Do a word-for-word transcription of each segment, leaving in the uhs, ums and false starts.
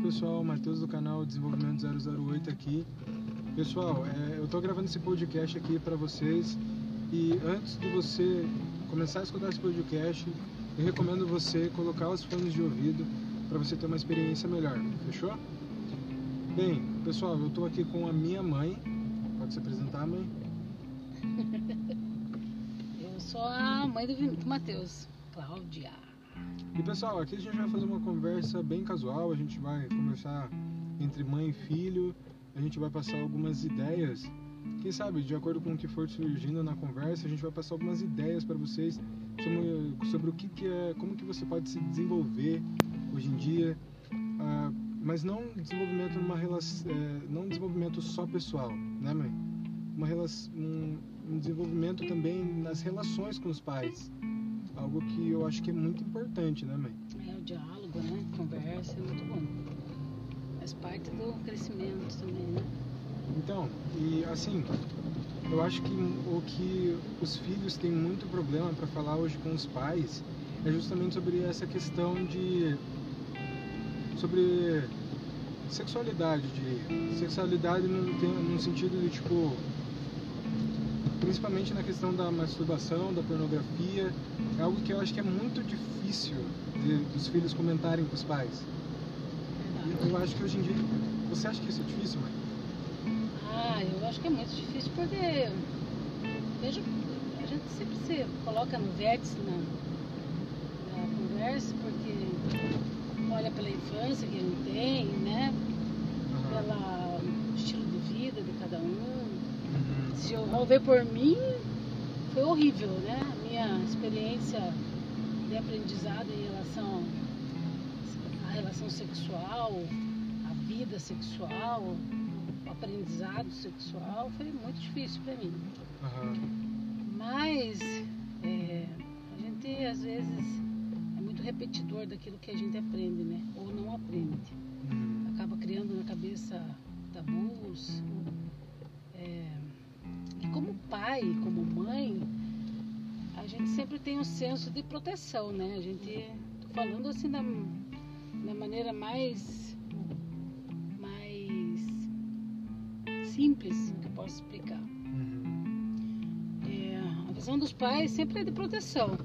pessoal, Matheus do canal Desenvolvimento zero zero oito aqui. Pessoal, é, eu tô gravando esse podcast aqui para vocês e antes de você começar a escutar esse podcast, eu recomendo você colocar os fones de ouvido para você ter uma experiência melhor, fechou? Bem, pessoal, eu tô aqui com a minha mãe. Pode se apresentar, mãe? Eu sou a mãe do, do Matheus, Cláudia. E pessoal, aqui a gente vai fazer uma conversa bem casual, a gente vai conversar entre mãe e filho, a gente vai passar algumas ideias, quem sabe, de acordo com o que for surgindo na conversa, a gente vai passar algumas ideias para vocês sobre, sobre o que, que é, como que você pode se desenvolver hoje em dia, uh, mas não desenvolvimento numa relação, é, não desenvolvimento só pessoal, né, mãe? Uma relação, um, um desenvolvimento também nas relações com os pais. Algo que eu acho que é muito importante, né, mãe? É, o diálogo, né? Conversa é muito bom. Faz parte do crescimento também, né? Então, e assim, eu acho que o que os filhos têm muito problema para falar hoje com os pais é justamente sobre essa questão de... sobre sexualidade, de sexualidade no, no sentido de, tipo... principalmente na questão da masturbação, da pornografia, é algo que eu acho que é muito difícil de, dos filhos comentarem com os pais. Eu, eu acho que hoje em dia... Você acha que isso é difícil, mãe? Ah, eu acho que é muito difícil porque... Veja, a gente sempre se coloca no vértice na, na conversa, porque olha pela infância que ele tem, né? Uhum. Pelo estilo de vida de cada um. Se eu vou ver por mim, foi horrível, né? A minha experiência de aprendizado em relação à relação sexual, à vida sexual, o aprendizado sexual foi muito difícil para mim. Uhum. Mas é, a gente às vezes é muito repetidor daquilo que a gente aprende, né? Ou não aprende. Uhum. Acaba criando na cabeça tabus. É, E como pai, como mãe, a gente sempre tem um senso de proteção, né? A gente, tô falando assim da, da maneira mais, mais simples que eu posso explicar. Uhum. É, a visão dos pais sempre é de proteção.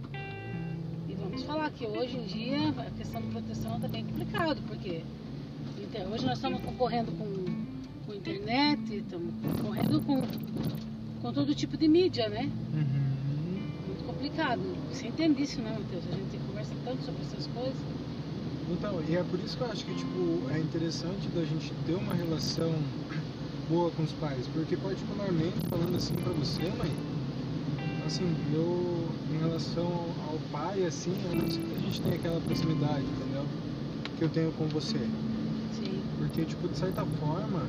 E vamos falar que hoje em dia a questão de proteção está bem complicado, porque então, hoje nós estamos concorrendo com, com a internet, estamos concorrendo com... com todo tipo de mídia, né? Uhum. Muito complicado. Você entende isso, né, Matheus? A gente conversa tanto sobre essas coisas. Então, e é por isso que eu acho que, tipo, é interessante da gente ter uma relação boa com os pais. Porque, particularmente, falando assim pra você, mãe, assim, eu, em relação ao pai, assim, eu não sei que a gente tem aquela proximidade, entendeu? Que eu tenho com você. Sim. Porque, tipo, de certa forma...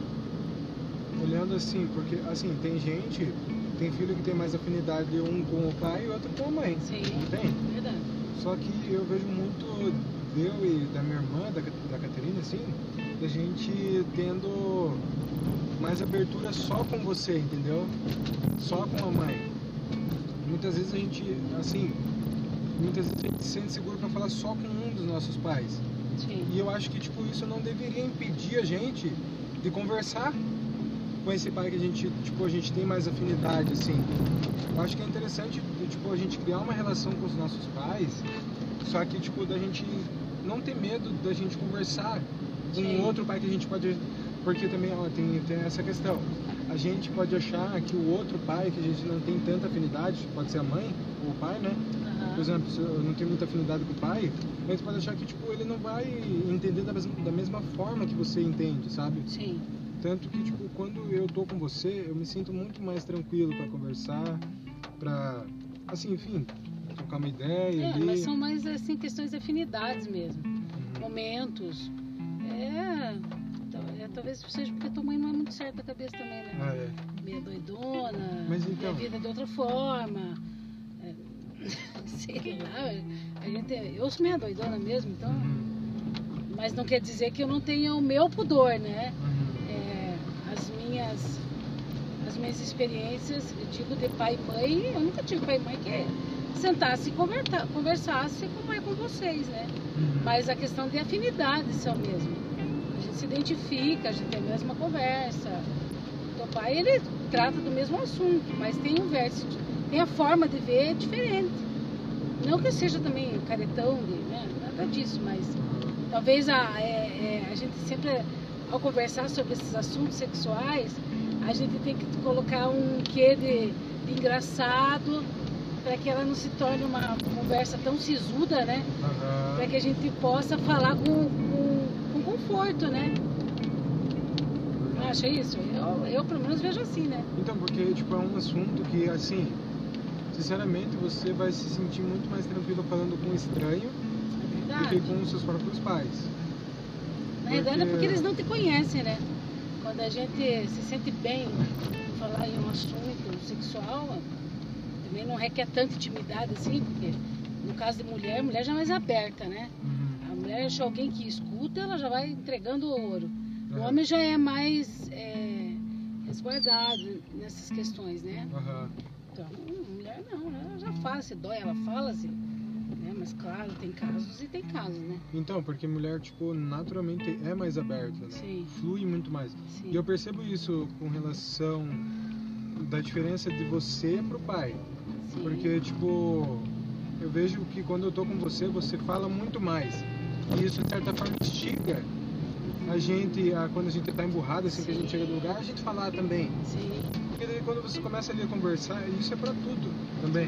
olhando assim, porque assim, tem gente, tem filho que tem mais afinidade um com o pai e outro com a mãe. Sim, não tem? Verdade. Só que eu vejo muito eu e da minha irmã, da, da Caterina, assim, da gente tendo mais abertura só com você, entendeu? Só com a mãe. Muitas vezes a gente, assim, muitas vezes a gente se sente seguro pra falar só com um dos nossos pais. Sim. E eu acho que, tipo, isso não deveria impedir a gente de conversar com esse pai que a gente, tipo, a gente tem mais afinidade, assim. Eu acho que é interessante, tipo, a gente criar uma relação com os nossos pais, só que, tipo, da gente não ter medo da gente conversar com um outro pai que a gente pode... Porque também, ó, tem, tem essa questão. A gente pode achar que o outro pai, que a gente não tem tanta afinidade, pode ser a mãe ou o pai, né? Uhum. Por exemplo, se eu não tenho muita afinidade com o pai, a gente pode achar que, tipo, ele não vai entender da mesma, da mesma forma que você entende, sabe? Sim. Tanto que, tipo, quando eu tô com você, eu me sinto muito mais tranquilo pra conversar, pra, assim, enfim, trocar uma ideia. É, ali. Mas são mais, assim, questões de afinidades mesmo. Uhum. Momentos. É, é, talvez seja porque tua mãe não é muito certa da cabeça também, né? Ah, é. Meia doidona, mas então... a vida de outra forma. É, sei lá, a gente, eu sou meia doidona mesmo, então... Uhum. Mas não quer dizer que eu não tenha o meu pudor, né? Uhum. As minhas, as minhas experiências, eu digo de pai e mãe, eu nunca tive pai e mãe que sentasse e conversa, conversasse como é com vocês, né? Uhum. Mas a questão de afinidade são mesmo. A gente se identifica, a gente tem a mesma conversa. Teu pai, ele trata do mesmo assunto, mas tem um verso, tem a forma de ver diferente. Não que seja também caretão, de, né? Nada disso, mas talvez a, é, é, a gente sempre, ao conversar sobre esses assuntos sexuais, a gente tem que colocar um quê de, de engraçado, para que ela não se torne uma conversa tão sisuda, né? Uhum. Para que a gente possa falar com, com, com conforto, né? Não acha isso? Eu, eu, pelo menos, vejo assim, né? Então, porque, tipo, é um assunto que, assim, sinceramente, você vai se sentir muito mais tranquilo falando com um estranho É do que verdade. com os seus próprios pais. Na verdade é Porque- porque eles não te conhecem, né? Quando a gente se sente bem em falar em um assunto sexual, também não requer tanta intimidade assim, porque no caso de mulher, mulher já é mais aberta, né? Uhum. A mulher acha alguém que escuta, ela já vai entregando ouro. O Aham. homem já é mais é, resguardado nessas questões, né? Aham. Então, a mulher não, né? Ela já fala, se dói, ela fala, se, né? Mas claro, tem casos e tem casos, né? Então, porque mulher, tipo, naturalmente é mais aberta, né? Sim. Flui muito mais. Sim. E eu percebo isso com relação da diferença de você pro pai. Sim. Porque, tipo, eu vejo que quando eu tô com você, você fala muito mais. E isso, de certa forma, instiga a gente, a, quando a gente tá emburrado, assim, que a gente chega do lugar, a gente falar também. Sim. Porque daí quando você começa ali a conversar, isso é pra tudo também.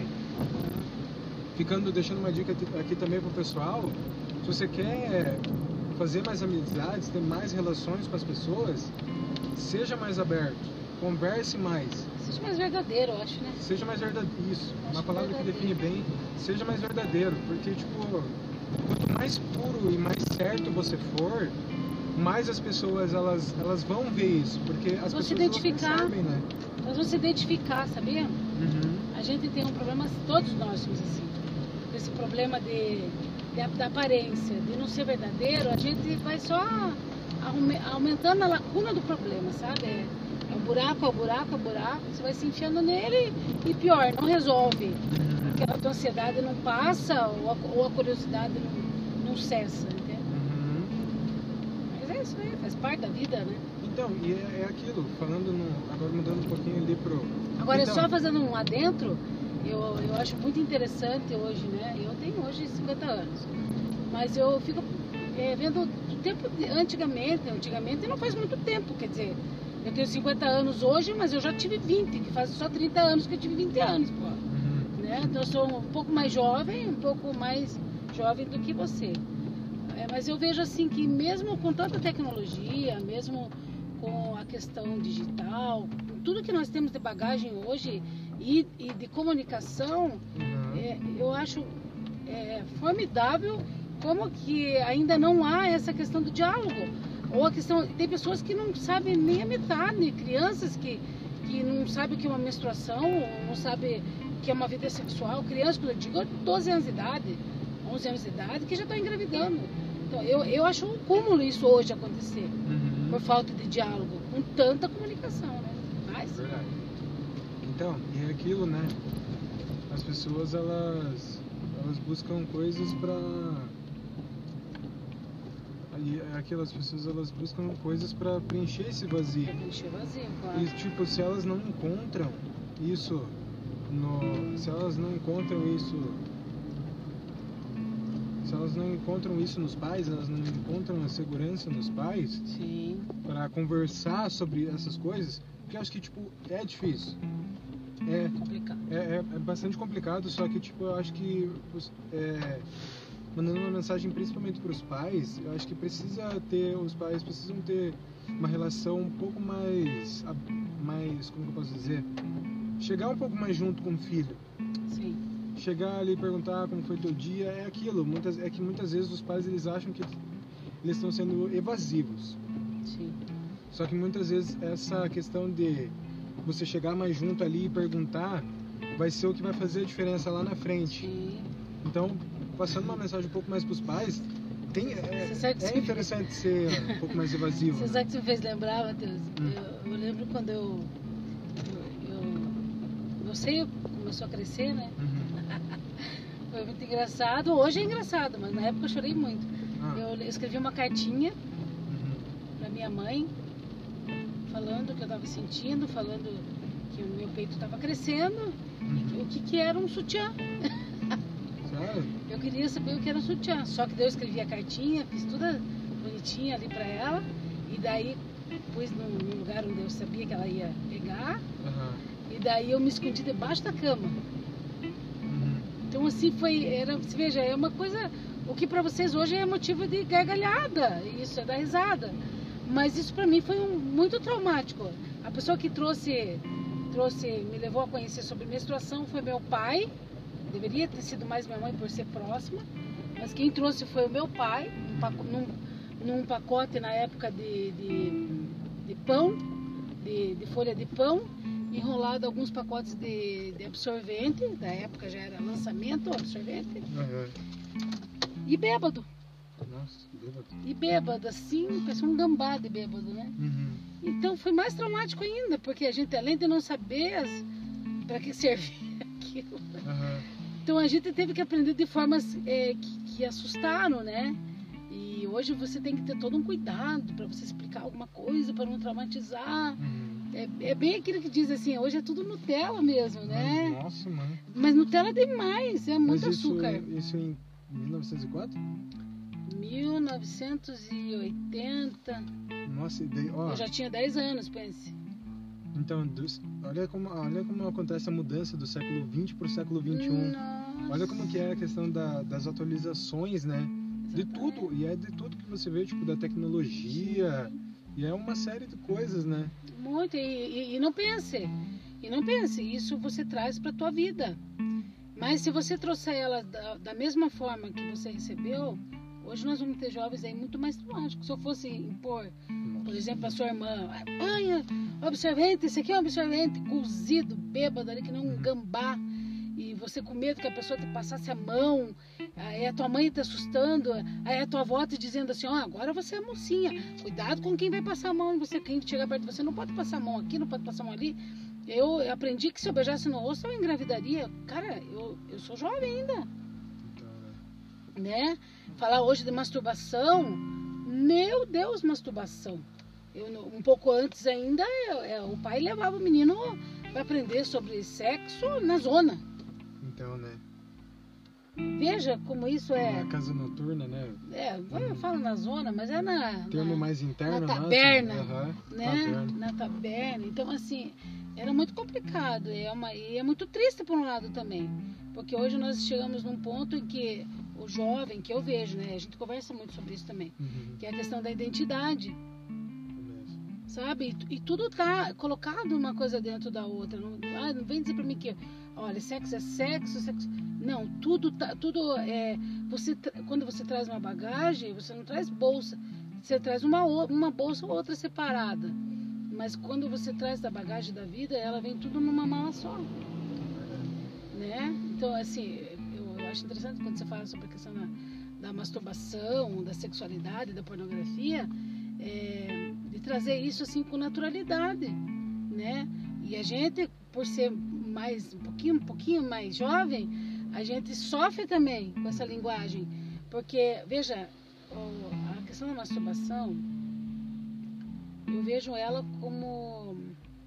Ficando, deixando uma dica aqui, aqui também pro pessoal, se você quer fazer mais amizades, ter mais relações com as pessoas, seja mais aberto, converse mais. Seja mais verdadeiro, eu acho, né? Seja mais verdadeiro. Isso, Acho uma palavra que define verdadeiro. bem. Seja mais verdadeiro. Porque, tipo, quanto mais puro e mais certo você for, mais as pessoas elas, elas vão ver isso. Porque as Vão se pessoas elas identificar. percebem, né? Nós vamos se identificar, sabia? Uhum. A gente tem um problema, todos nós somos assim. Esse problema de, de- da aparência, de não ser verdadeiro, a gente vai só aume- aumentando a lacuna do problema, sabe? É, é o buraco, é o buraco, é o buraco, você vai se enfiando nele e pior, não resolve. Uhum. Aquela tua ansiedade não passa ou a, ou a curiosidade não, não cessa, entende? Uhum. Mas é isso aí, faz parte da vida, né? Então, e é, é aquilo, falando no, agora mudando um pouquinho ali pro... Agora, então, só fazendo um adentro, eu, eu acho muito interessante hoje, né? Eu tenho hoje cinquenta anos, mas eu fico é, vendo do tempo de, antigamente, antigamente não faz muito tempo, quer dizer, eu tenho cinquenta anos hoje, mas eu já tive vinte, que faz só trinta anos que eu tive vinte anos, pô. Uhum. Né? Então eu sou um pouco mais jovem, um pouco mais jovem do que você. É, mas eu vejo assim que mesmo com tanta tecnologia, mesmo com a questão digital, com tudo que nós temos de bagagem hoje e, e de comunicação, Uhum. é, eu acho é, formidável como que ainda não há essa questão do diálogo. Ou a questão, tem pessoas que não sabem nem a metade, crianças que, que não sabem o que é uma menstruação, ou não sabem o que é uma vida sexual, crianças, quando eu digo, doze anos de idade, onze anos de idade, que já estão engravidando. Então, eu, eu acho um cúmulo isso hoje acontecer, Uhum. por falta de diálogo, com tanta comunicação, né? Mas, Verdade. Então, e é aquilo, né? As pessoas, elas, elas buscam coisas pra... E é aquilo, as pessoas, elas buscam coisas pra preencher esse vazio. é preencher vazio, claro. E, tipo, se elas não encontram isso no... Se elas não encontram isso... Se elas não encontram isso nos pais, elas não encontram a segurança nos pais Sim, para conversar sobre essas coisas, porque eu acho que, tipo, é difícil. É, complicado. é, é, é bastante complicado, só que, tipo, eu acho que os- é, mandando uma mensagem principalmente para os pais, eu acho que precisa ter, os pais precisam ter uma relação um pouco mais, a- mais, como que eu posso dizer? Chegar um pouco mais junto com o filho. Sim, Chegar ali e perguntar como foi teu dia, é aquilo. Muitas, é que muitas vezes os pais, eles acham que eles estão sendo evasivos. sim. Só que muitas vezes essa questão de você chegar mais junto ali e perguntar vai ser o que vai fazer a diferença lá na frente. Sim. Então, passando uma mensagem um pouco mais para os pais, tem, é, Você sabe que é você- interessante ser um pouco mais evasivo. Você né? sabe que você me fez lembrar, Matheus? Hum. Eu, eu lembro quando eu, eu, eu. Meu seio começou a crescer, né? Uhum. Foi muito engraçado. Hoje é engraçado, mas na época eu chorei muito. Ah, Eu escrevi uma cartinha uhum. minha mãe, falando o que eu estava sentindo, falando que o meu peito estava crescendo, Uhum. e que- o que, que era um sutiã. Sério? Eu queria saber o que era um sutiã. Só que daí eu escrevi a cartinha, fiz tudo bonitinha ali pra ela, e daí pus num, num lugar onde eu sabia que ela ia pegar, Aham. e daí eu me escondi debaixo da cama. Uhum. Então assim foi, era, você veja, é uma coisa, o que pra vocês hoje é motivo de gargalhada, isso é dar risada. Mas isso pra mim foi um, muito traumático. A pessoa que trouxe, trouxe, me levou a conhecer sobre menstruação foi meu pai. Deveria ter sido mais minha mãe por ser próxima, mas quem trouxe foi o meu pai, num paco- num, num pacote na época de, de, de pão, de, de folha de pão, enrolado alguns pacotes de, de absorvente, da época já era lançamento absorvente, Aham. e bêbado. Nossa, bêbado. E bêbado, assim, parecia um gambá de bêbado, né? Uhum. Então foi mais traumático ainda, porque a gente, além de não saber as- pra que servia aquilo, Aham. então a gente teve que aprender de formas é, que, que assustaram, né? E hoje você tem que ter todo um cuidado para você explicar alguma coisa, para não traumatizar. Uhum. É, é bem aquilo que diz assim, hoje é tudo Nutella mesmo, né? Nossa, mano. Mas Nutella é demais, é muito Mas isso, açúcar. isso em mil novecentos e quatro? mil novecentos e oitenta, Nossa, e daí, ó. eu já tinha dez anos, pense. Então, dos- olha, como, olha como acontece a mudança do século vinte para o século vinte e um. Nossa. Olha como que é a questão da- das atualizações, né? De Exatamente. tudo, e é de tudo que você vê, tipo, da tecnologia, e é uma série de coisas, né? Muito, e, e- e não pense, e não pense, isso você traz para tua vida. Mas se você trouxer ela da, da mesma forma que você recebeu, hoje nós vamos ter jovens aí muito mais traumáticos. Se eu fosse impor, por exemplo, a sua irmã, apanha, absorvente, esse aqui é um absorvente cozido, bêbado ali, que nem um gambá, e você com medo que a pessoa te passasse a mão, aí a tua mãe te assustando, aí a tua avó te dizendo assim, ó, agora você é mocinha, cuidado com quem vai passar a mão em você, quem chegar perto de você, não pode passar a mão aqui, não pode passar a mão ali. Eu aprendi que se eu beijasse no rosto, eu engravidaria. Cara, eu, eu sou jovem ainda, Então, né? né? Falar hoje de masturbação, meu Deus, masturbação. Eu, um pouco antes ainda, eu- eu- o pai levava o menino para aprender sobre sexo na zona. Então, né? Veja como isso é. Na casa noturna, né? É, eu falo na zona, mas é na, Termo na, mais interno, na nossa, taberna, aham, né? taberna. Na taberna. Então, assim, era muito complicado. É uma, e é muito triste por um lado também. Porque hoje nós chegamos num ponto em que o jovem, que eu vejo, né? A gente conversa muito sobre isso também, Uhum. que é a questão da identidade. Beleza. Sabe? E, e tudo tá colocado uma coisa dentro da outra. Não, ah, não vem dizer pra mim que, olha, sexo é sexo, sexo. Não, tudo tá, tudo é. Você, tra- quando você traz uma bagagem, você não traz bolsa. Você traz uma, o- uma bolsa ou outra separada. Mas quando você traz da bagagem da vida, ela vem tudo numa mala só. Né? Então, assim, eu, eu acho interessante quando você fala sobre a questão da, da masturbação, da sexualidade, da pornografia, é, de trazer isso assim com naturalidade, né? E a gente, por ser mais um pouquinho, um pouquinho mais jovem, a gente sofre também com essa linguagem, porque veja, o- a questão da masturbação, eu vejo ela como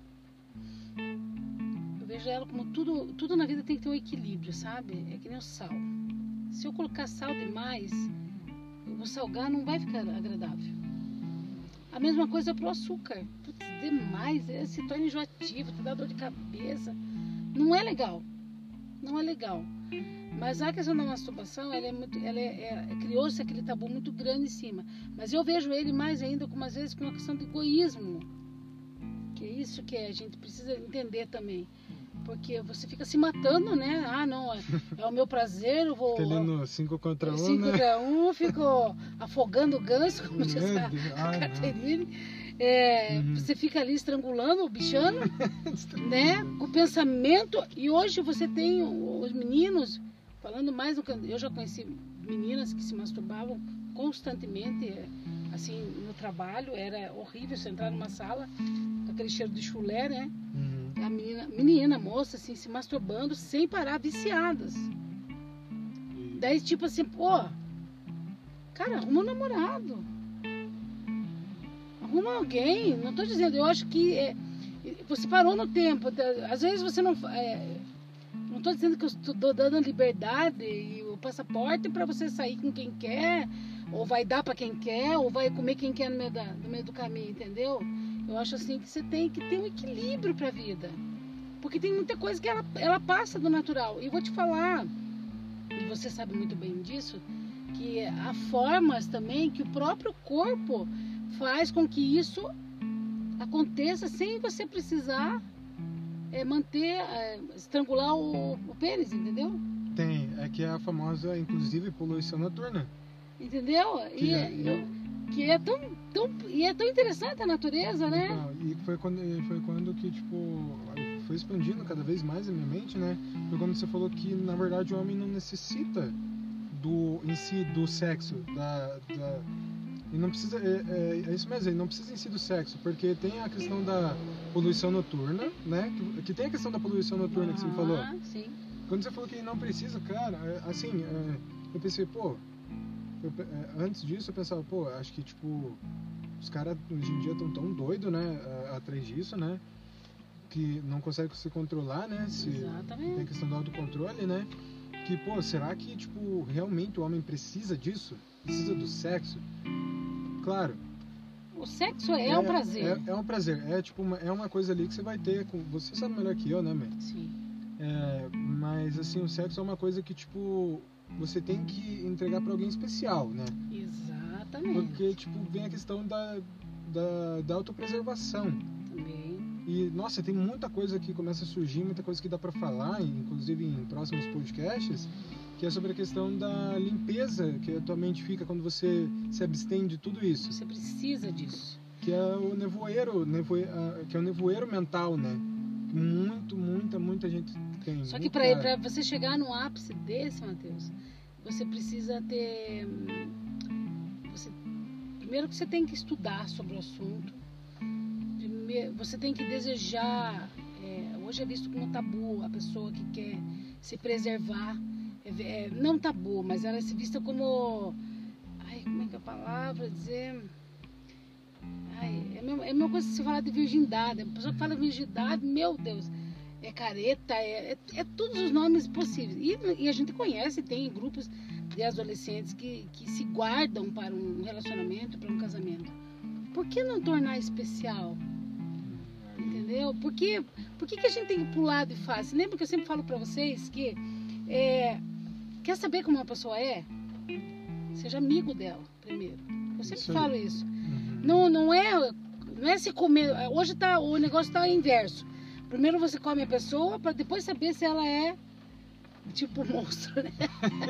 eu vejo ela como tudo, tudo na vida tem que ter um equilíbrio, sabe? É que nem o sal. Se eu colocar sal demais, o salgar não vai ficar agradável. A mesma coisa pro açúcar. Putz, demais, ele se torna enjoativo, te dá dor de cabeça. Não é legal. Não é legal. Mas a questão da masturbação, ela é muito, ela é, é, criou-se aquele tabu muito grande em cima. Mas eu vejo ele mais ainda, como às vezes, com uma questão de egoísmo. Que é isso que a gente precisa entender também. Porque você fica se matando, né? Ah, não, é, é o meu prazer, eu vou... Fica ali no cinco contra um, cinco né? contra um, fico afogando o ganso, como diz Meu a, Deus, a ai, não. Caterine. É, Uhum. Você fica ali estrangulando o bichano, né? Com o pensamento. E hoje você tem os meninos, falando mais do que... Eu já conheci meninas que se masturbavam constantemente, assim, no trabalho. Era horrível você entrar numa sala com aquele cheiro de chulé, né? Uhum. A menina, menina, moça, assim, se masturbando sem parar, viciadas. E- Daí, tipo assim, pô, cara, arruma um namorado. Arruma alguém, não tô dizendo, eu acho que é, você parou no tempo, às vezes você não... É, não tô dizendo que eu estou dando liberdade e o passaporte para você sair com quem quer, ou vai dar para quem quer, ou vai comer quem quer no meio, da, no meio do caminho, entendeu? Eu acho assim que você tem que ter um equilíbrio para a vida. Porque tem muita coisa que ela, ela passa do natural. E vou te falar, e você sabe muito bem disso, que há formas também que o próprio corpo faz com que isso aconteça sem você precisar é, manter, é, estrangular o, o pênis, entendeu? Tem, é que é a famosa, inclusive, poluição noturna. Entendeu? Que E, é, eu, que é tão, tão, e é tão interessante a natureza, né? Então, e foi quando, foi quando que, tipo, foi expandindo cada vez mais a minha mente, né? Foi quando você falou que, na verdade, o homem não necessita do, em si, do sexo, da... da ele não precisa, é, é, é isso mesmo, ele não precisa em si do sexo, porque tem a questão da poluição noturna, né? Que, que tem a questão da poluição noturna que você me falou. Ah, sim. Quando você falou que ele não precisa, cara, é, assim, é, eu pensei, pô, eu, é, antes disso eu pensava, pô, acho que, tipo, os caras hoje em dia estão tão doidos, né, atrás disso, né, que não conseguem se controlar, né, se Exatamente. tem a questão do autocontrole, né, que, pô, será que, tipo, realmente o homem precisa disso? Precisa do sexo? Claro. O sexo é, é um prazer. É, é um prazer, é, tipo, uma, é uma coisa ali que você vai ter, com, você sabe melhor que eu, né, man? Sim. É, mas, assim, o sexo é uma coisa que, tipo, você tem que entregar pra alguém especial, né? Exatamente. Porque, tipo, vem a questão da, da, da autopreservação. Também. E, nossa, tem muita coisa que começa a surgir, muita coisa que dá pra falar, inclusive em próximos podcasts, que é sobre a questão da limpeza que a tua mente fica quando você se abstém de tudo isso. Você precisa disso. Que é o nevoeiro, nevoeiro que é o nevoeiro mental, né? Muito, muita, muita gente tem. Só que para para você chegar no ápice desse, Matheus, você precisa ter... Você, primeiro que você tem que estudar sobre o assunto. Primeiro, você tem que desejar... É, hoje é visto como tabu a pessoa que quer se preservar. É, é, não tabu, mas ela é vista como... Ai, como é que é a palavra? Dizer... Ai, é, a mesma, é a mesma coisa que você falar de virgindade. A pessoa que fala virgindade, meu Deus, é careta, é, é, é todos os nomes possíveis. E, e a gente conhece, tem grupos de adolescentes que, que se guardam para um relacionamento, para um casamento. Por que não tornar especial? Entendeu? Por que, por que, que a gente tem que pular de fase? Lembra que eu sempre falo para vocês que é, quer saber como uma pessoa é? Seja amigo dela primeiro. Eu sempre Isso falo isso. Não, não é, não é se comer. Hoje tá, o negócio está inverso. Primeiro você come a pessoa para depois saber se ela é tipo monstro, né?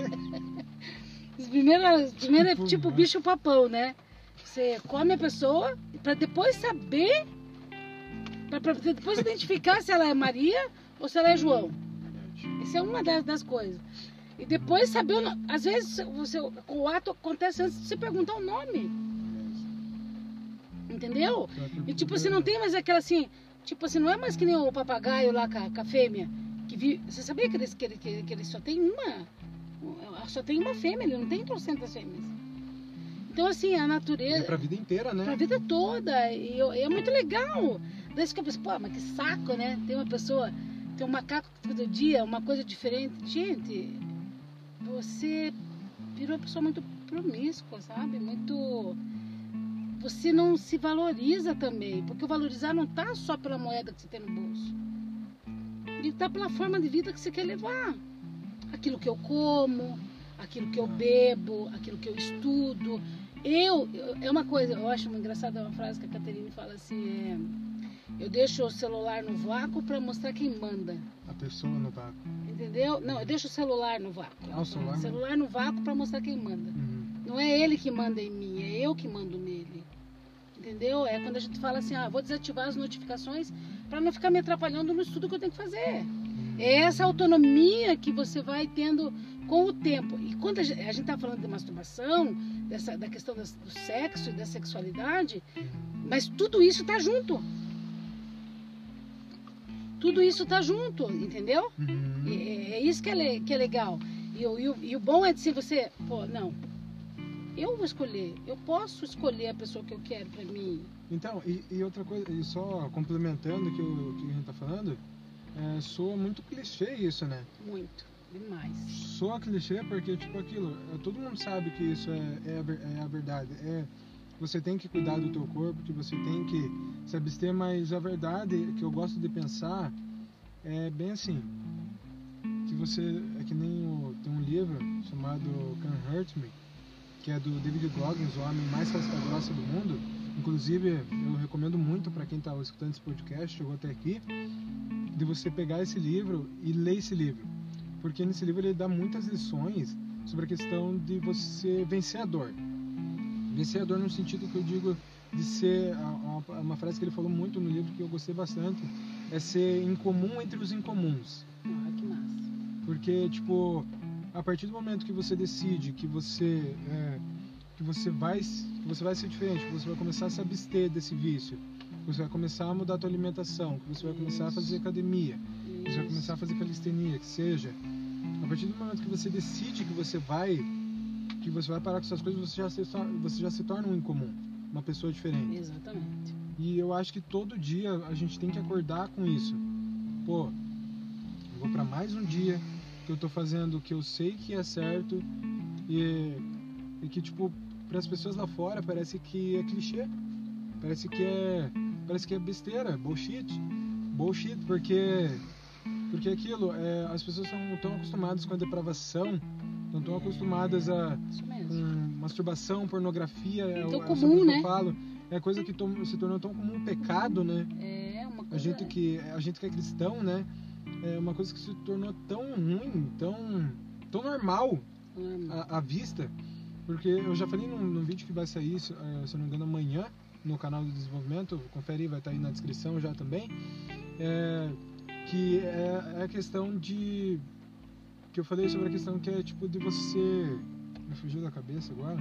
Primeiro, primeiro é tipo bicho papão, né? Você come a pessoa para depois saber, para depois identificar se ela é Maria ou se ela é João. Essa é uma das, das coisas. E depois saber, o nome. Às vezes você, o ato acontece antes de você perguntar o nome. Entendeu? E tipo assim, não tem mais aquela assim, tipo assim, não é mais que nem o papagaio lá com a, com a fêmea. Que vi, você sabia que ele, que, ele, que ele só tem uma, só tem uma fêmea, ele não tem trocentas fêmeas. Então assim, a natureza... É pra vida inteira, né? Pra vida toda, e, e é muito legal. Daí você pensa, pô, mas que saco, né? Tem uma pessoa, tem um macaco todo dia, uma coisa diferente. Gente, você virou uma pessoa muito promíscua, sabe? Muito... Você não se valoriza também, porque o valorizar não está só pela moeda que você tem no bolso. Ele está pela forma de vida que você quer levar. Aquilo que eu como, aquilo que eu bebo, aquilo que eu estudo. Eu, eu é uma coisa, eu acho uma engraçada uma frase que a Caterine fala assim, é, eu deixo o celular no vácuo para mostrar quem manda. A pessoa no vácuo. Entendeu? Não, eu deixo o celular no vácuo. Ah, o celular, o celular no vácuo para mostrar quem manda. Uhum. Não é ele que manda em mim, é eu que mando nele. Entendeu? É quando a gente fala assim, ah, vou desativar as notificações para não ficar me atrapalhando no estudo que eu tenho que fazer. É essa autonomia que você vai tendo com o tempo. E quando a gente está falando de masturbação, dessa, da questão do sexo e da sexualidade, mas tudo isso está junto. Tudo isso está junto, entendeu? Uhum. É, é isso que é, que é legal. E, e, e, o, e o bom é de se você, pô, não, eu vou escolher, eu posso escolher a pessoa que eu quero pra mim, Então, e, e outra coisa, e só complementando o que, o que a gente tá falando, é, soa muito clichê isso, né? Muito, demais. Soa clichê porque, tipo, aquilo, é, todo mundo sabe que isso é, é, a, ver- é a verdade. É, você tem que cuidar do teu corpo, que você tem que se abster, mas a verdade que eu gosto de pensar é bem assim, que você, é que nem o, tem um livro chamado Can't Hurt Me, que é do David Goggins, o homem mais casca-grossa do mundo. Inclusive, eu recomendo muito para quem está escutando esse podcast, chegou até aqui, de você pegar esse livro e ler esse livro. Porque nesse livro ele dá muitas lições sobre a questão de você vencer a dor. Vencer a dor no sentido que eu digo de ser, uma, uma frase que ele falou muito no livro que eu gostei bastante, é ser incomum entre os incomuns. Ah, que massa. Porque, tipo, a partir do momento que você decide que você, é, que você, vai, que você vai ser diferente, que você vai começar a se abster desse vício, que você vai começar a mudar a tua alimentação, que você vai começar a fazer academia, que você vai começar a fazer calistenia, que seja, a partir do momento que você decide que você vai, que você vai parar com essas coisas, você já se, você já se torna um incomum, uma pessoa diferente. Exatamente. E eu acho que todo dia a gente tem que acordar com isso. Pô, eu vou pra mais um dia que eu tô fazendo o que eu sei que é certo e, e que, tipo, para as pessoas lá fora parece que é clichê, parece que é, parece que é besteira, bullshit, bullshit, porque porque aquilo, é, as pessoas estão tão acostumadas com a depravação, estão tão acostumadas a Isso mesmo. com masturbação, pornografia, é, Tão é comum, sobre o que né? eu falo, é coisa que tom, se tornou tão comum um pecado, né? É uma coisa... A gente que a gente que é cristão, né? É uma coisa que se tornou tão ruim, tão tão normal Normal. à, à vista, porque eu já falei num, num vídeo que vai sair, se, eh, se eu não me engano, amanhã no canal do desenvolvimento, confere aí, vai estar aí na descrição já também, é, que é, é a questão de que eu falei sobre a questão que é tipo de você, me fugiu da cabeça agora.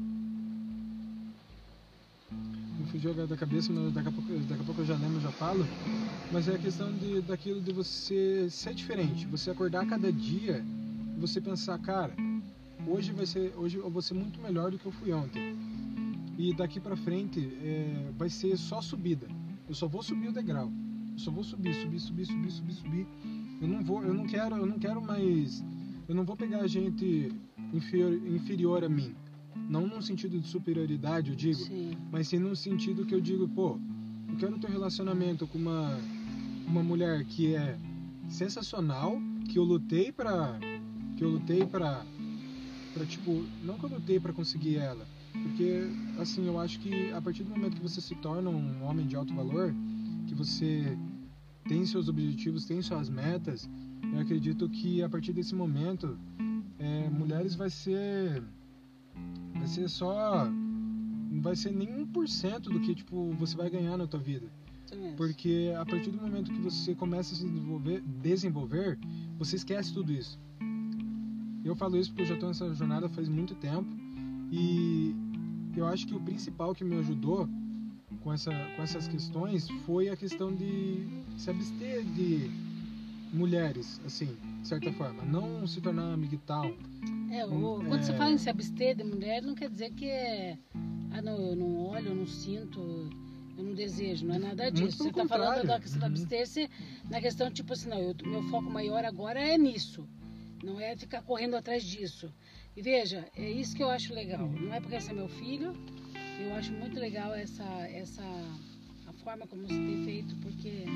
Me fugiu da cabeça, mas daqui a pouco, daqui a pouco eu já lembro, já falo. Mas é a questão de, daquilo de você ser diferente, você acordar a cada dia e você pensar, cara, hoje vai ser, hoje eu vou ser muito melhor do que eu fui ontem. E daqui pra frente é, vai ser só subida. Eu só vou subir o degrau. Eu só vou subir, subir, subir, subir, subir, subir. Eu não vou, eu não quero, eu não quero mais, eu não vou pegar gente inferior, inferior a mim. Não num sentido de superioridade, eu digo, Sim. mas sim no sentido que eu digo, pô, eu quero ter um relacionamento com uma, uma mulher que é sensacional, que eu lutei pra, que eu lutei pra, pra tipo, não que eu lutei pra conseguir ela, porque, assim, eu acho que a partir do momento que você se torna um homem de alto valor, que você tem seus objetivos, tem suas metas, eu acredito que a partir desse momento, é, mulheres vai ser... vai ser só, não vai ser nem um por cento do que, tipo, você vai ganhar na tua vida. Isso mesmo. Porque a partir do momento que você começa a se desenvolver, desenvolver, você esquece tudo isso. Eu falo isso porque eu já estou nessa jornada faz muito tempo e eu acho que o principal que me ajudou com, essa, com essas questões foi a questão de se abster de mulheres, assim, de certa forma. Não se tornar amiguital. É, o, Hum, quando é. você fala em se abster de mulher, não quer dizer que é... Ah, não, eu não olho, eu não sinto, eu não desejo, não é nada Muito disso. pelo Você está falando contrário. da questão da Uhum. abster-se na questão, tipo assim, não, eu, meu foco maior agora é nisso. Não é ficar correndo atrás disso. E veja, é isso que eu acho legal. Não é porque esse é meu filho, eu acho muito legal essa, essa a forma como você tem feito, porque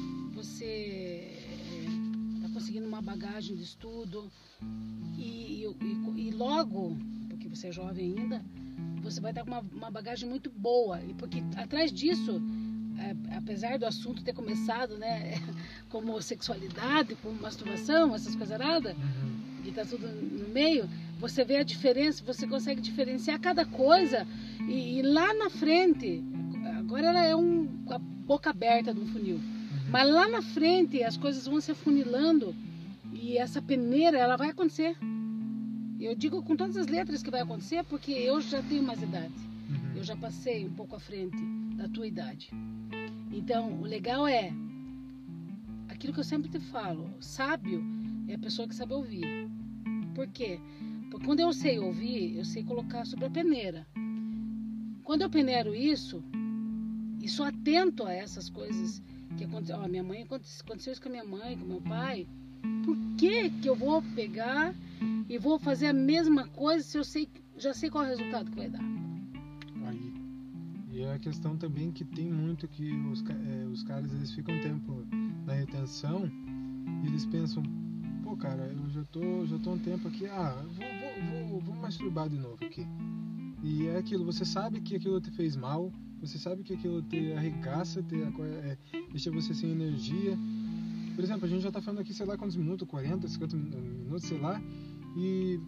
você está conseguindo uma bagagem de estudo e, e, e logo, porque você é jovem ainda, você vai estar com uma, uma bagagem muito boa. E porque atrás disso, é, apesar do assunto ter começado, né, como sexualidade, como masturbação, essas coisas nada, Uhum. e tá tudo no meio, você vê a diferença, você consegue diferenciar cada coisa e, e lá na frente, agora ela é um, a boca aberta de um funil, Uhum. mas lá na frente as coisas vão se afunilando e essa peneira, ela vai acontecer. Eu digo com todas as letras que vai acontecer porque eu já tenho mais idade, Uhum. eu já passei um pouco à frente da tua idade. Então, o legal é aquilo que eu sempre te falo, sábio é a pessoa que sabe ouvir. Por quê? Porque quando eu sei ouvir, eu sei colocar sobre a peneira. Quando eu peneiro isso, e sou atento a essas coisas que aconteceu. Ó, minha mãe, aconteceu isso com a minha mãe, com meu pai. Por que que eu vou pegar e vou fazer a mesma coisa se eu sei, já sei qual é o resultado que vai dar? Aí. E é a questão também que tem muito que os, é, os caras, eles ficam um tempo na retenção e eles pensam, pô, cara, eu já tô, já tô um tempo aqui, ah, vou, vou, vou, vou masturbar de novo aqui. E é aquilo, você sabe que aquilo te fez mal, você sabe que aquilo te arregaça, te, é, deixa você sem energia. Por exemplo, a gente já tá falando aqui, sei lá quantos minutos, quarenta, cinquenta minutos, sei lá, e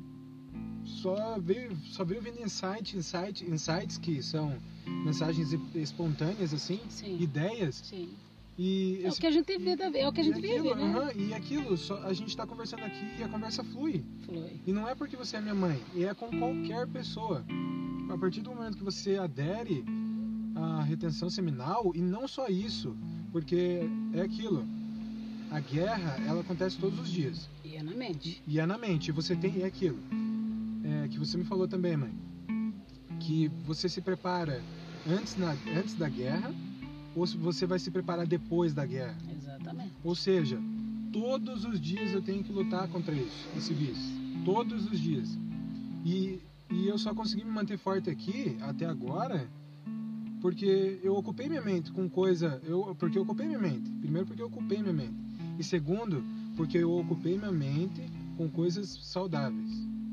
só veio, só veio vindo insight, insight, insights que são mensagens espontâneas, assim, Sim. ideias. Sim. E é esse, o que a gente vê, é o que a gente aquilo, vive, né? Uh-huh, e aquilo, só, a gente tá conversando aqui e a conversa flui. Flui. E não é porque você é minha mãe, é com qualquer pessoa. A partir do momento que você adere à retenção seminal, e não só isso, porque é aquilo, a guerra, ela acontece todos os dias. E é na mente. E é na mente, você tem, é aquilo, é, que você me falou também, mãe, que você se prepara antes, na, antes da guerra, ou você vai se preparar depois da guerra. Exatamente. Ou seja, todos os dias eu tenho que lutar contra isso, esse vício. Todos os dias. E, e eu só consegui me manter forte aqui, até agora, porque eu ocupei minha mente com coisa... Eu, porque eu ocupei minha mente. Primeiro, porque eu ocupei minha mente. E segundo, porque eu ocupei minha mente com coisas saudáveis.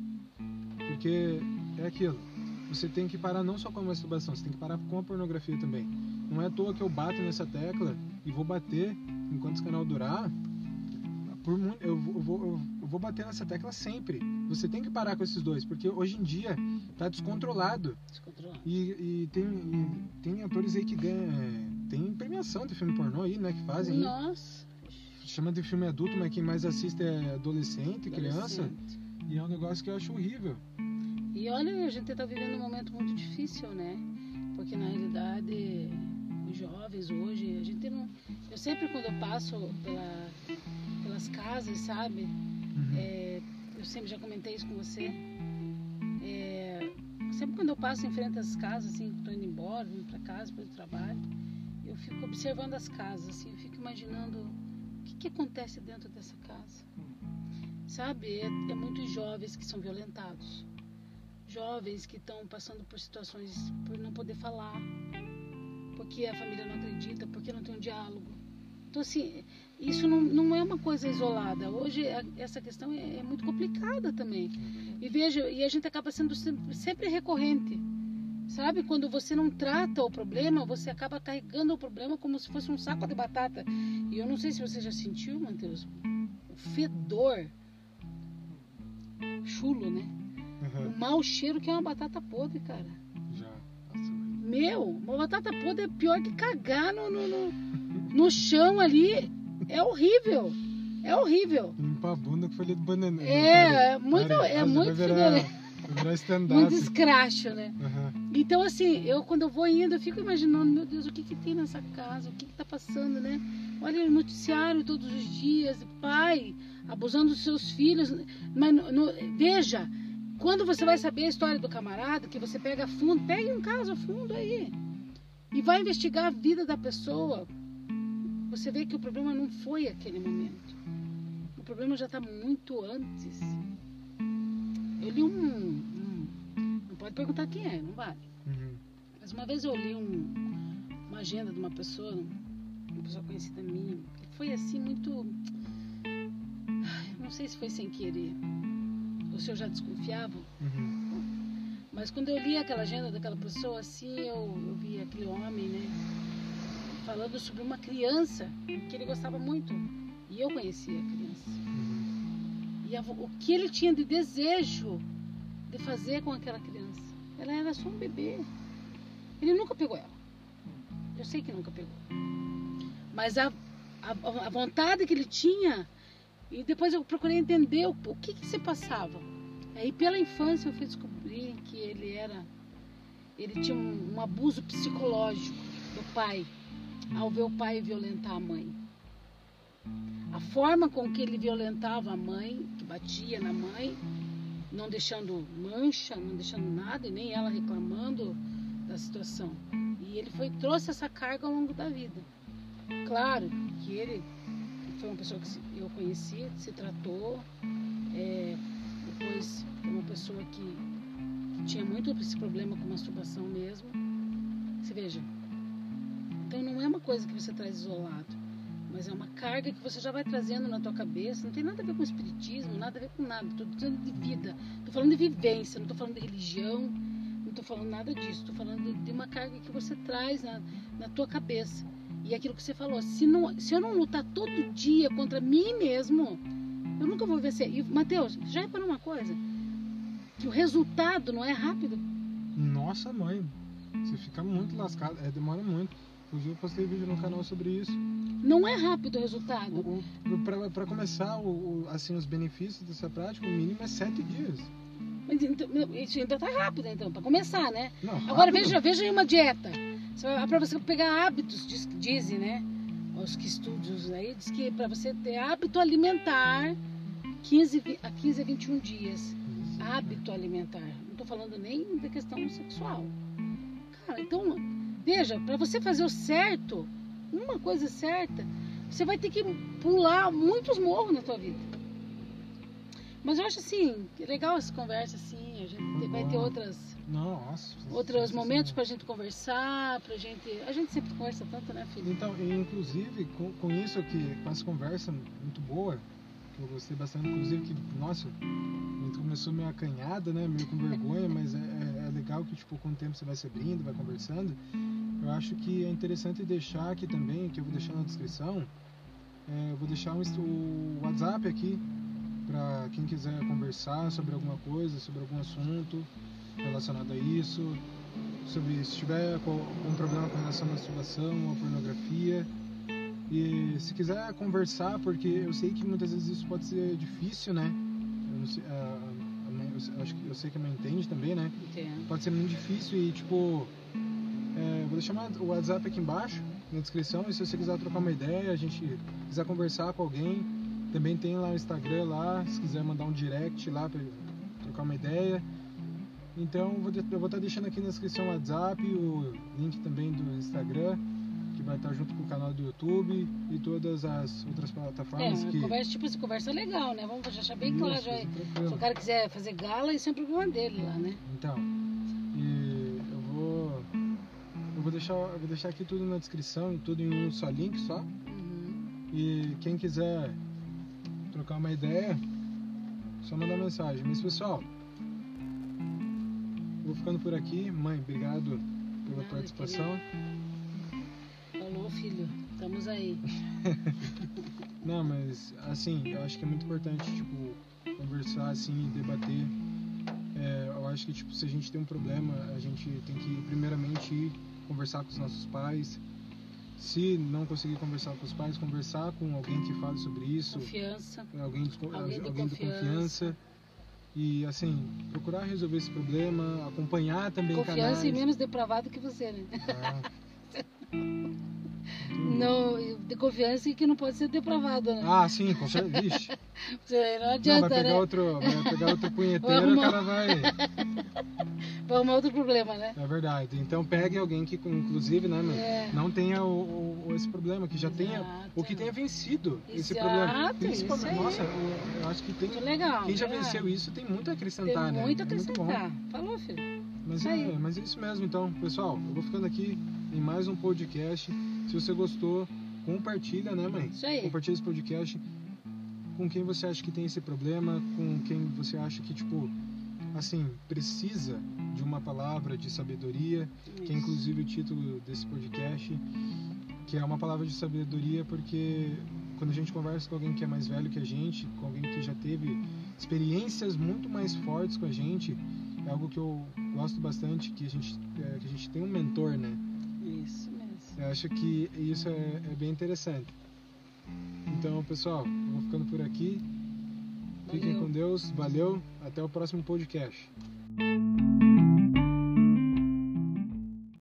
Porque é aquilo. Você tem que parar não só com a masturbação, você tem que parar com a pornografia também. Não é à toa que eu bato nessa tecla e vou bater enquanto esse canal durar. Por muito, eu, vou, eu, vou, eu vou bater nessa tecla sempre. Você tem que parar com esses dois, porque hoje em dia tá descontrolado. Descontrolado. E, e, tem, e tem atores aí que ganham. É, tem premiação de filme pornô aí, né? Que fazem. Nossa. Chama de filme adulto, mas quem mais assiste é adolescente, criança. Adolescente. E é um negócio que eu acho horrível. E olha, a gente está vivendo um momento muito difícil, né? Porque na realidade, os jovens hoje, a gente não... Eu sempre quando eu passo pela, pelas casas, sabe? Uhum. É, eu sempre já comentei isso com você. É, sempre quando eu passo em frente às casas, assim, estou indo embora, indo para casa, para o trabalho, eu fico observando as casas, assim, eu fico imaginando o que, que acontece dentro dessa casa. Sabe? É, é muitos jovens que são violentados. Jovens que estão passando por situações por não poder falar, porque a família não acredita, porque não tem um diálogo. Então, assim, isso não, não é uma coisa isolada. Hoje, a, essa questão é, é muito complicada também. E veja, e a gente acaba sendo sempre, sempre recorrente. Sabe? Quando você não trata o problema, você acaba carregando o problema como se fosse um saco de batata. E eu não sei se você já sentiu, Matheus, o fedor chulo, né? Uhum. O mau cheiro que é uma batata podre, cara. Já. Nossa, Meu, uma batata podre é pior que cagar no, no, no, no chão ali. É horrível. É horrível. Limpar a bunda com folha de banana. É, é muito, é muito fedorento. Muito escracho, né? Uhum. Então, assim, eu quando eu vou indo, eu fico imaginando, meu Deus, o que que tem nessa casa? O que que tá passando, né? Olha o noticiário todos os dias, pai abusando dos seus filhos. Mas, no, no, veja, quando você vai saber a história do camarada, que você pega a fundo, pegue um caso a fundo aí e vai investigar a vida da pessoa, você vê que o problema não foi aquele momento. O problema já está muito antes. Eu li um, um... Não pode perguntar quem é, não vale. Uhum. Mas uma vez eu li um, uma agenda de uma pessoa, uma pessoa conhecida minha, que foi assim muito... Não sei se foi sem querer, ou se eu já desconfiava. Uhum. Mas quando eu li aquela agenda daquela pessoa, assim, eu, eu vi aquele homem, né? Falando sobre uma criança que ele gostava muito. E eu conhecia a criança. Uhum. E a, o que ele tinha de desejo de fazer com aquela criança. Ela era só um bebê. Ele nunca pegou ela. Eu sei que nunca pegou. Mas a, a, a vontade que ele tinha... E depois eu procurei entender o, o que que se passava. Aí pela infância eu fui descobrir que ele era... Ele tinha um, um abuso psicológico do pai. Ao ver o pai violentar a mãe. A forma com que ele violentava a mãe, que batia na mãe, não deixando mancha, não deixando nada, e nem ela reclamando da, da situação. E ele foi, trouxe essa carga ao longo da vida. Claro que ele foi uma pessoa que eu conheci, se tratou, é, depois foi uma pessoa que, que tinha muito esse problema com masturbação mesmo. Você veja, então não é uma coisa que você traz isolado, mas é uma carga que você já vai trazendo na tua cabeça. Não tem nada a ver com espiritismo, nada a ver com nada. Estou dizendo de vida, estou falando de vivência, não estou falando de religião, não estou falando nada disso. Estou falando de, de uma carga que você traz na, na tua cabeça. E aquilo que você falou, se, não, se eu não lutar todo dia contra mim mesmo, eu nunca vou vencer. E, Matheus, já reparou uma coisa? Que o resultado não é rápido? Nossa, mãe, você fica muito lascado, é, demora muito. Eu postei vídeo no canal sobre isso. Não é rápido o resultado. O, o, pra, pra começar, o, o, assim, os benefícios dessa prática, o mínimo é sete dias. Mas, então, isso ainda tá rápido, então, pra começar, né? Não, agora rápido. veja, veja aí uma dieta. Para você pegar hábitos, diz, dizem, né? Os que estudos aí, diz que para você ter hábito alimentar, quinze, a quinze a vinte e um dias. Hábito alimentar. Não estou falando nem da questão sexual. Cara, então, veja, para você fazer o certo, uma coisa certa, você vai ter que pular muitos morros na tua vida. Mas eu acho assim, que legal essa conversa assim, a gente vai ter outras... Nossa, outros momentos pra gente conversar, pra gente... A gente sempre conversa tanto, né, filho? Então, e inclusive, com, com isso aqui, com essa conversa muito boa, que eu gostei bastante, inclusive, que, nossa, a gente começou meio acanhada, né, meio com vergonha, mas é, é, é legal que, tipo, com o tempo você vai se abrindo, vai conversando. Eu acho que é interessante deixar aqui também, que eu vou deixar na descrição, é, eu vou deixar um, o WhatsApp aqui, pra quem quiser conversar sobre alguma coisa, sobre algum assunto relacionado a isso, sobre se tiver com um problema com relação à masturbação ou à pornografia. E se quiser conversar, porque eu sei que muitas vezes isso pode ser difícil, né? Eu, não sei, a, a mãe, eu, acho que, eu sei que a mãe entende também, né? Entendo. Pode ser muito difícil e, tipo, é, vou deixar o WhatsApp aqui embaixo, na descrição, e se você quiser trocar uma ideia, a gente quiser conversar com alguém, também tem lá o Instagram lá, se quiser mandar um direct lá pra trocar uma ideia. Então eu vou estar tá deixando aqui na descrição o WhatsApp, o link também do Instagram, que vai estar tá junto com o canal do YouTube e todas as outras plataformas. É, que... conversa, tipo essa conversa legal, né? Vamos deixar bem claro. Já, se o cara quiser fazer gala, isso é um problema dele lá, né? Então, e eu vou, eu vou deixar, eu vou deixar aqui tudo na descrição, tudo em um só link só. Uhum. E quem quiser trocar uma ideia, só mandar mensagem. Mas pessoal, vou ficando por aqui. Mãe, obrigado pela Nada, participação. Querido. Falou, filho. Estamos aí. Não, mas assim, eu acho que é muito importante, tipo, conversar assim, debater. É, eu acho que, tipo, se a gente tem um problema, a gente tem que primeiramente ir conversar com os nossos pais. Se não conseguir conversar com os pais, conversar com alguém que fale sobre isso. Confiança. Alguém de, Alguém de alguém de confiança. confiança. E assim, procurar resolver esse problema, acompanhar também Confiança canais. e menos depravado que você, né? Ah. Não, de confiança e que não pode ser depravado, né? Ah, sim, com certeza. Vixe. Não Não, adianta, vai pegar né? outro, vai pegar outro punheteiro, Vai o arrumar- cara vai. Vai arrumar outro problema, né? É verdade. Então pegue alguém que, inclusive, né, mãe, É. não tenha o, o- esse problema, que já tenha, Exato. o que tenha vencido esse Exato, problema. isso Principalmente, aí. nossa, eu, eu acho que tem. Muito legal. Quem já né? venceu isso tem muito a Tem acrescentar, né? muito a É muito bom. acrescentar. Falou, filho? Mas Isso é, aí. mas é isso mesmo, então, pessoal, eu vou ficando aqui em mais um podcast. Se você gostou, compartilha, né, mãe? Isso aí. Compartilha esse podcast com quem você acha que tem esse problema, com quem você acha que, tipo, assim, precisa de uma palavra de sabedoria, que é Isso. inclusive o título desse podcast, que é uma palavra de sabedoria porque quando a gente conversa com alguém que é mais velho que a gente, com alguém que já teve experiências muito mais fortes com a gente, é algo que eu gosto bastante, que a gente, é, que a gente tem um mentor, né? Isso mesmo. Eu acho que isso é, é bem interessante. Então, pessoal, eu vou ficando por aqui. Fiquem Valeu. com Deus. Valeu. Até o próximo podcast.